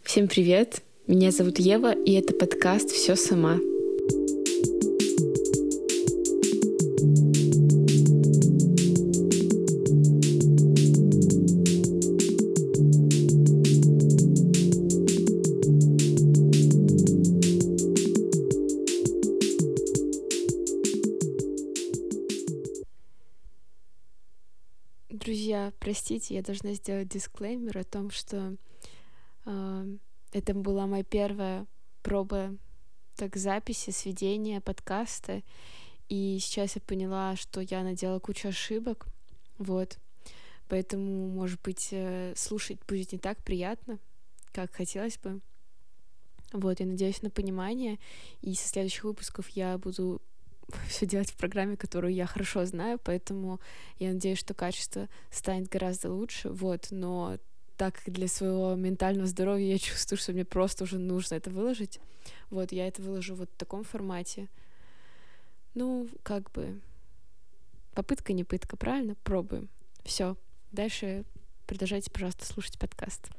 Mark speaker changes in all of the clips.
Speaker 1: Всем привет! Меня зовут Ева, и это подкаст «Всё сама». Друзья, простите, я должна сделать дисклеймер о том, что это была моя первая проба записи, сведения подкаста, и сейчас я поняла, что я наделала кучу ошибок, поэтому, может быть, слушать будет не так приятно, как хотелось бы. Я надеюсь на понимание, и со следующих выпусков я буду все делать в программе, которую я хорошо знаю, поэтому я надеюсь, что качество станет гораздо лучше, но так как для своего ментального здоровья я чувствую, что мне просто уже нужно это выложить, я это выложу в таком формате. Попытка не пытка, правильно? Пробуем. Все. Дальше продолжайте, пожалуйста, слушать подкаст.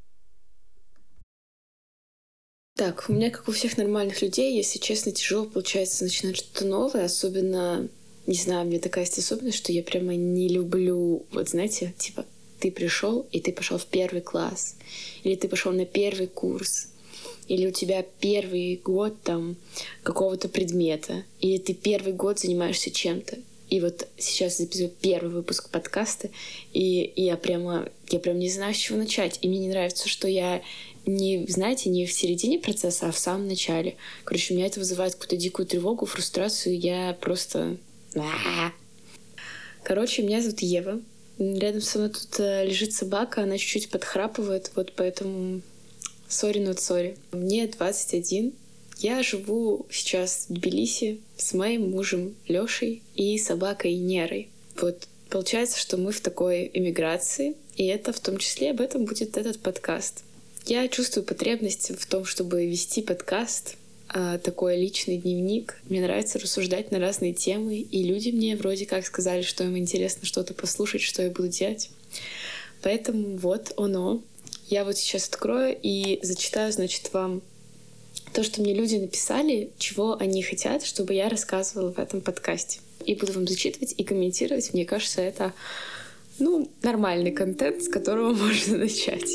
Speaker 1: Так, у меня, как у всех нормальных людей, если честно, тяжело получается начинать что-то новое, особенно, не знаю, у меня такая есть особенность, что я прямо не люблю, знаете, ты пришел и ты пошел в первый класс, или ты пошел на первый курс, или у тебя первый год какого-то предмета, или ты первый год занимаешься чем-то. И сейчас записываю первый выпуск подкаста, и я прям не знаю, с чего начать. И мне не нравится, что я не в середине процесса, а в самом начале. Короче, у меня это вызывает какую-то дикую тревогу, фрустрацию, я просто... Короче, меня зовут Ева. Рядом со мной тут лежит собака, она чуть-чуть подхрапывает, поэтому... Sorry, not sorry. Мне 21. Я живу сейчас в Тбилиси с моим мужем Лёшей и собакой Нерой. Получается, что мы в такой эмиграции, и это в том числе об этом будет этот подкаст. Я чувствую потребность в том, чтобы вести подкаст, такой личный дневник. Мне нравится рассуждать на разные темы, и люди мне вроде как сказали, что им интересно что-то послушать, что я буду делать. Поэтому оно. Я сейчас открою и зачитаю, вам то, что мне люди написали, чего они хотят, чтобы я рассказывала в этом подкасте. И буду вам зачитывать и комментировать. Мне кажется, это, нормальный контент, с которого можно начать.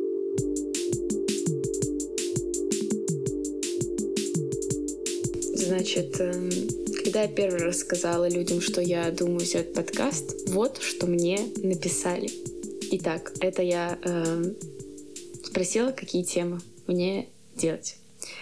Speaker 1: Когда я первый раз сказала людям, что я думаю взять подкаст, что мне написали. Итак, это я спросила, какие темы мне делать.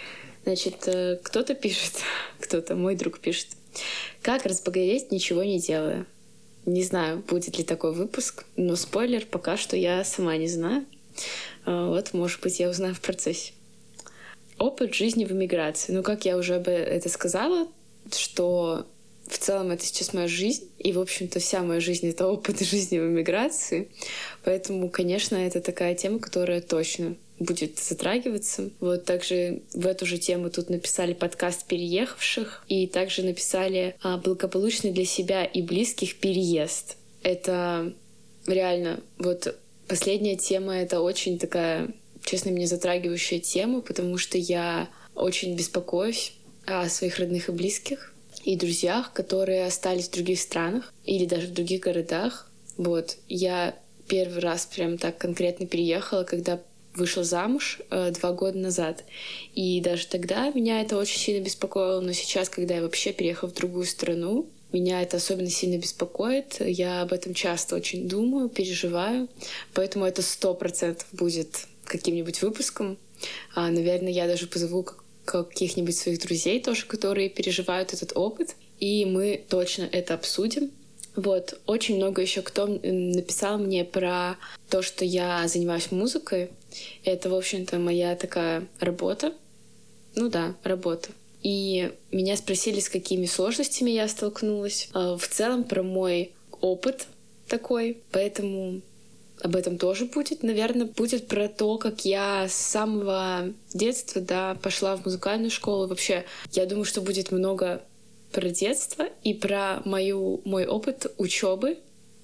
Speaker 1: Кто-то пишет, мой друг пишет: «Как разбогатеть, ничего не делая?» Не знаю, будет ли такой выпуск, но спойлер, пока что я сама не знаю. Может быть, я узнаю в процессе. Опыт жизни в эмиграции. Как я уже это сказала, что в целом это сейчас моя жизнь, и, в общем-то, вся моя жизнь — это опыт жизни в эмиграции. Поэтому, конечно, это такая тема, которая точно будет затрагиваться. Также в эту же тему тут написали подкаст переехавших, и также написали «Благополучный для себя и близких переезд». Это реально, последняя тема — это очень такая, честно, меня затрагивающая тема, потому что я очень беспокоюсь о своих родных и близких, и друзьях, которые остались в других странах или даже в других городах. Я первый раз прям так конкретно переехала, когда вышла замуж 2 года назад. И даже тогда меня это очень сильно беспокоило, но сейчас, когда я вообще переехала в другую страну, меня это особенно сильно беспокоит. Я об этом часто очень думаю, переживаю. Поэтому это 100% будет каким-нибудь выпуском. Наверное, я даже позову каких-нибудь своих друзей тоже, которые переживают этот опыт, и мы точно это обсудим. Очень много еще кто написал мне про то, что я занимаюсь музыкой. Это, в общем-то, моя такая работа. Работа. И меня спросили, с какими сложностями я столкнулась. В целом про мой опыт такой, поэтому об этом тоже будет. Наверное, будет про то, как я с самого детства, пошла в музыкальную школу. Вообще, я думаю, что будет много про детство и про мой опыт учебы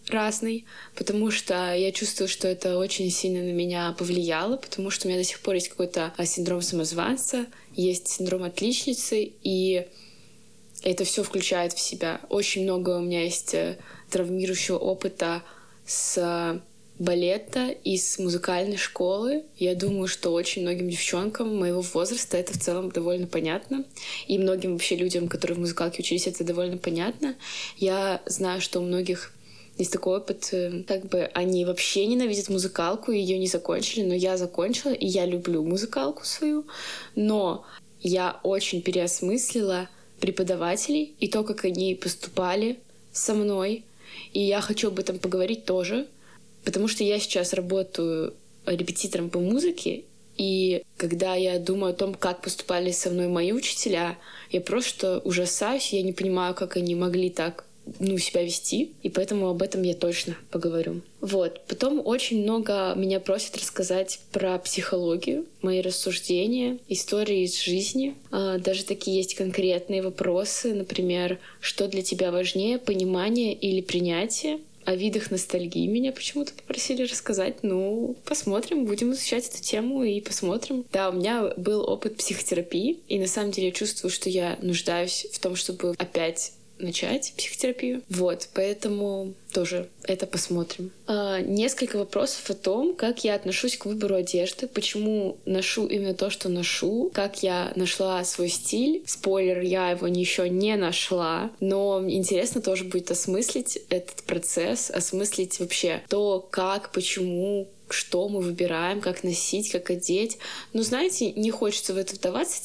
Speaker 1: разный, потому что я чувствую, что это очень сильно на меня повлияло, потому что у меня до сих пор есть какой-то синдром самозванца, есть синдром отличницы, и это все включает в себя. Очень много у меня есть травмирующего опыта с балета и с музыкальной школы. Я думаю, что очень многим девчонкам моего возраста это в целом довольно понятно. И многим вообще людям, которые в музыкалке учились, это довольно понятно. Я знаю, что у многих есть такой опыт, как бы они вообще ненавидят музыкалку, ее не закончили, но я закончила, и я люблю музыкалку свою. Но я очень переосмыслила преподавателей и то, как они поступали со мной. И я хочу об этом поговорить тоже, потому что я сейчас работаю репетитором по музыке, и когда я думаю о том, как поступали со мной мои учителя, я просто ужасаюсь, я не понимаю, как они могли так себя вести, и поэтому об этом я точно поговорю. Вот. Потом очень много меня просят рассказать про психологию, мои рассуждения, истории из жизни. Даже такие есть конкретные вопросы, например, что для тебя важнее, понимание или принятие? О видах ностальгии меня почему-то попросили рассказать. Посмотрим, будем изучать эту тему и посмотрим. Да, у меня был опыт психотерапии, и на самом деле я чувствую, что я нуждаюсь в том, чтобы опять начать психотерапию. Вот, поэтому тоже это посмотрим. Несколько вопросов о том, как я отношусь к выбору одежды, почему ношу именно то, что ношу, как я нашла свой стиль. Спойлер, я его еще не нашла, но интересно тоже будет осмыслить этот процесс, осмыслить вообще то, как, почему, что мы выбираем, как носить, как одеть. Знаете, не хочется в это вдаваться,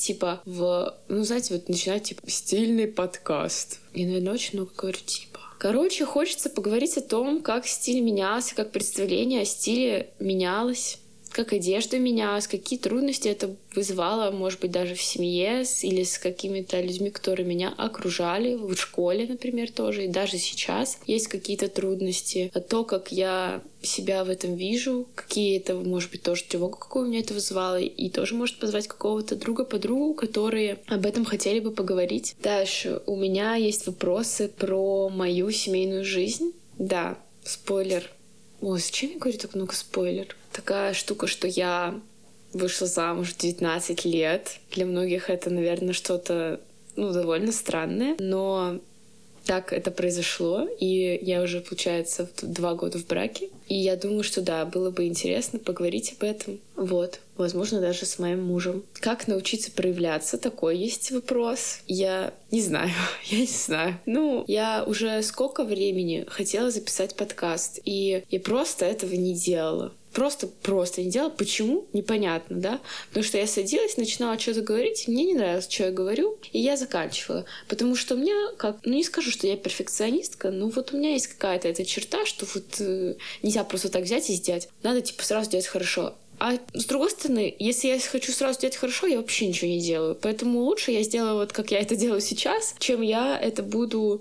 Speaker 1: начинать, стильный подкаст. Я, наверное, очень много говорю, Короче, хочется поговорить о том, как стиль менялся, как представление о стиле менялось, как одежда менялась, какие трудности это вызывало, может быть, даже в семье или с какими-то людьми, которые меня окружали, в школе, например, тоже, и даже сейчас есть какие-то трудности. То, как я себя в этом вижу, какие это, может быть, тоже тревогу, какую у меня это вызывало, и тоже может позвать какого-то друга-подругу, которые об этом хотели бы поговорить. Дальше у меня есть вопросы про мою семейную жизнь. Да, спойлер. Зачем я говорю так много спойлер? Такая штука, что я вышла замуж в 19 лет. Для многих это, наверное, что-то, довольно странное. Но так это произошло, и я уже, получается, 2 года в браке. И я думаю, что да, было бы интересно поговорить об этом. Вот. Возможно, даже с моим мужем. Как научиться проявляться? Такой есть вопрос. Я не знаю. Я уже сколько времени хотела записать подкаст, и я просто этого не делала. Просто не делала. Почему? Непонятно, да? Потому что я садилась, начинала что-то говорить, и мне не нравилось, что я говорю, и я заканчивала. Потому что у меня, не скажу, что я перфекционистка, но у меня есть какая-то эта черта, что нельзя просто так взять и сделать. Надо, сразу делать хорошо. А с другой стороны, если я хочу сразу делать хорошо, я вообще ничего не делаю. Поэтому лучше я сделаю как я это делаю сейчас, чем я это буду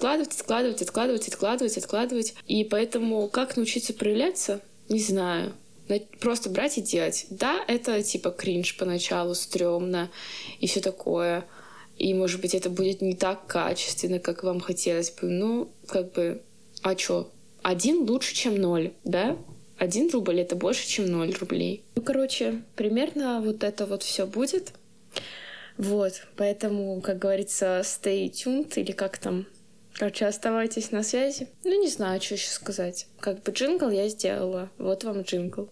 Speaker 1: откладывать. И поэтому как научиться проявляться? Не знаю. Просто брать и делать. Да, это кринж поначалу, стрёмно и все такое. И, может быть, это будет не так качественно, как вам хотелось бы. А чё? 1 лучше, чем 0, да? 1 рубль — это больше, чем 0 рублей. Примерно это все будет. Вот, поэтому, как говорится, stay tuned, или как там. Оставайтесь на связи. Не знаю, что еще сказать. Джингл я сделала. Вот вам джингл.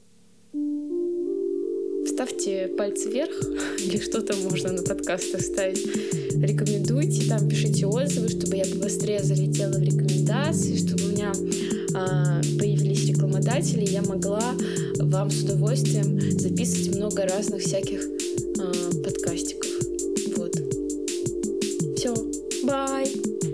Speaker 1: Ставьте пальцы вверх, или что там можно на подкастах ставить. Рекомендуйте, пишите отзывы, чтобы я побыстрее залетела в рекомендации, чтобы у меня появились рекламодатели, и я могла вам с удовольствием записывать много разных всяких подкастиков. Вот. Все. Bye.